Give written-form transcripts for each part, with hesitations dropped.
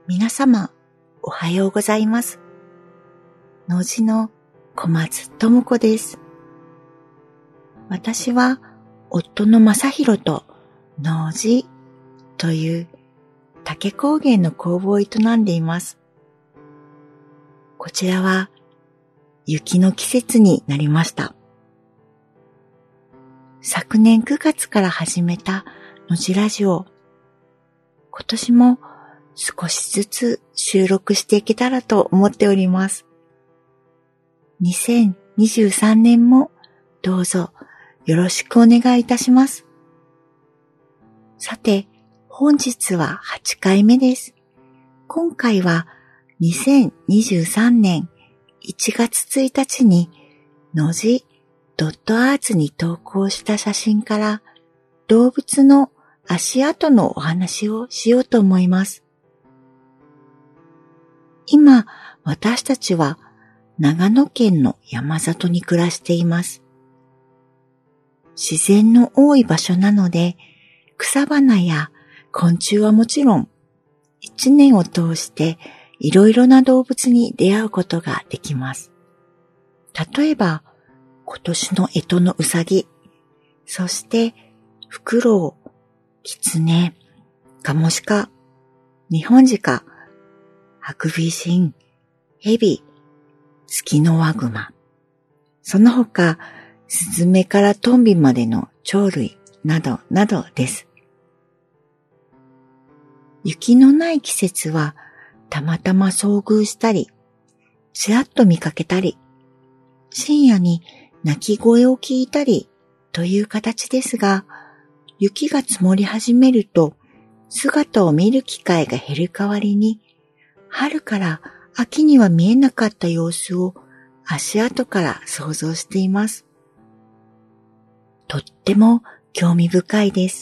皆様、おはようございます。野地の小松智子です。私は、夫の正弘と野地という竹工芸の工房を営んでいます。こちらは、雪の季節になりました。昨年9月から始めた野地ラジオ。今年も少しずつ収録していけたらと思っております。2023年もどうぞよろしくお願いいたします。さて、本日は8回目です。今回は2023年1月1日に野地.arts に投稿した写真から動物の足跡のお話をしようと思います。今、私たちは長野県の山里に暮らしています。自然の多い場所なので、草花や昆虫はもちろん、一年を通していろいろな動物に出会うことができます。例えば、今年の干支のうさぎ、そしてフクロウ、キツネ、カモシカ、ニホンジカ、ハクビシン、ヘビ、ツキノワグマ、その他、スズメからトンビまでの鳥類などなどです。雪のない季節は、たまたま遭遇したり、ちらっと見かけたり、深夜に鳴き声を聞いたりという形ですが、雪が積もり始めると、姿を見る機会が減る代わりに、春から秋には見えなかった様子を足跡から想像しています。とっても興味深いです。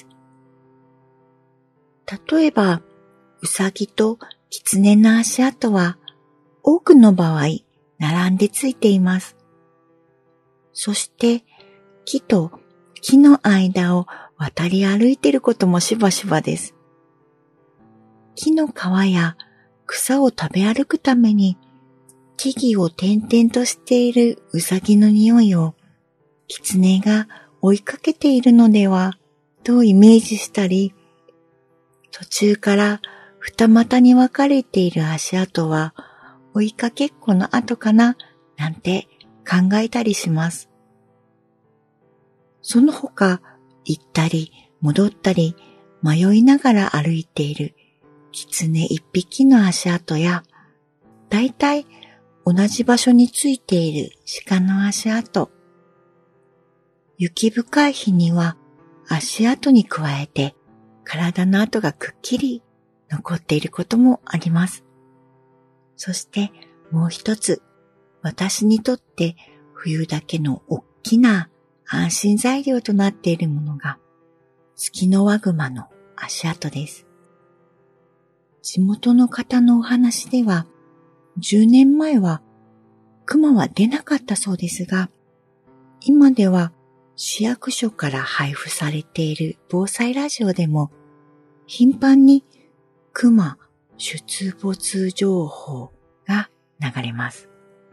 例えば、うさぎとキツネの足跡は多くの場合並んでついています。そして木と木の間を渡り歩いていることもしばしばです。木の皮や草を食べ歩くために木々を点々としているうさぎの匂いをキツネが追いかけているのではとイメージしたり、途中から二股に分かれている足跡は追いかけっこの跡かななんて考えたりします。その他行ったり戻ったり迷いながら歩いているキツネ一匹の足跡や、だいたい同じ場所についている鹿の足跡。雪深い日には足跡に加えて体の跡がくっきり残っていることもあります。そしてもう一つ、私にとって冬だけの大きな安心材料となっているものがツキノワグマの足跡です。地元の方のお話では、10年前はクマは出なかったそうですが、今では市役所から配布されている防災ラジオでも頻繁にクマ出没情報が流れます。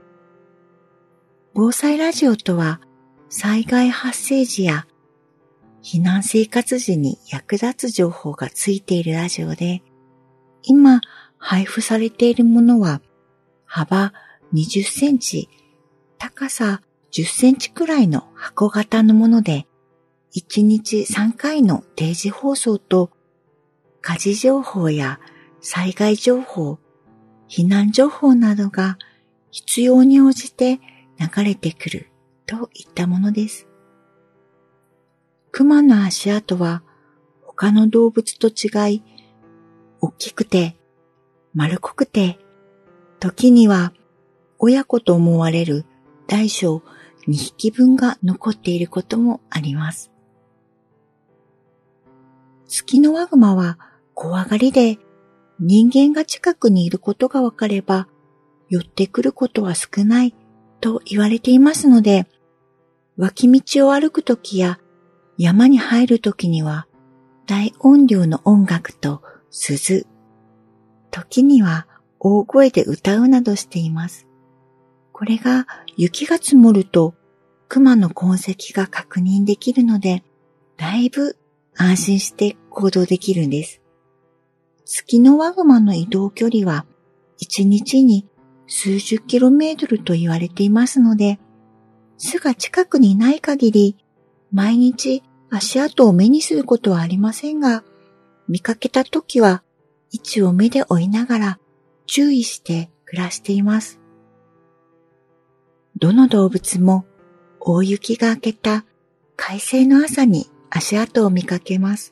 防災ラジオとは災害発生時や避難生活時に役立つ情報がついているラジオで、今配布されているものは幅20センチ、高さ10センチくらいの箱型のもので、1日3回の定時放送と火事情報や災害情報、避難情報などが必要に応じて流れてくるといったものです。クマの足跡は他の動物と違い、大きくて丸濃くて、時には親子と思われる大小2匹分が残っていることもあります。ツキノワグマは怖がりで、人間が近くにいることがわかれば寄ってくることは少ないと言われていますので、脇道を歩くときや山に入るときには大音量の音楽と鈴、 時には大声で歌うなどしています。これが雪が積もると熊の痕跡が確認できるので、だいぶ安心して行動できるんです。ツキノワグマの移動距離は1日に数十キロメートルと言われていますので、巣が近くにない限り毎日足跡を目にすることはありませんが、見かけたときは位置を目で追いながら注意して暮らしています。どの動物も大雪が明けた快晴の朝に足跡を見かけます。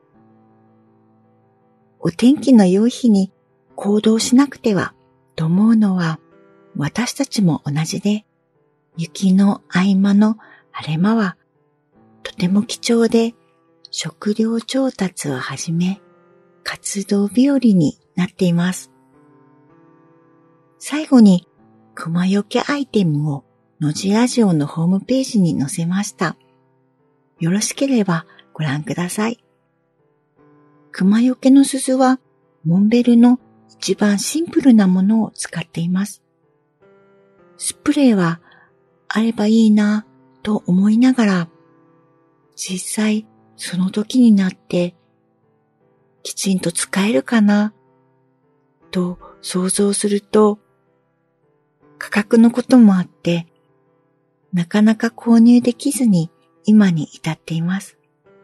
お天気の良い日に行動しなくてはと思うのは私たちも同じで、雪の合間の晴れ間はとても貴重で、食料調達をはじめ活動日和になっています。最後に熊よけアイテムをのじラジオのホームページに載せました。よろしければご覧ください。熊よけの鈴はモンベルの一番シンプルなものを使っています。スプレーはあればいいなと思いながら、実際その時になってきちんと使えるかなと想像すると、価格のこともあってなかなか購入できずに今に至っています。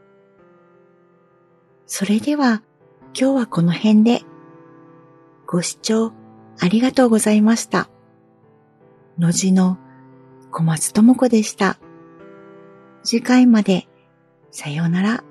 それでは今日はこの辺で。ご視聴ありがとうございました。のじの小松智子でした。次回までさようなら。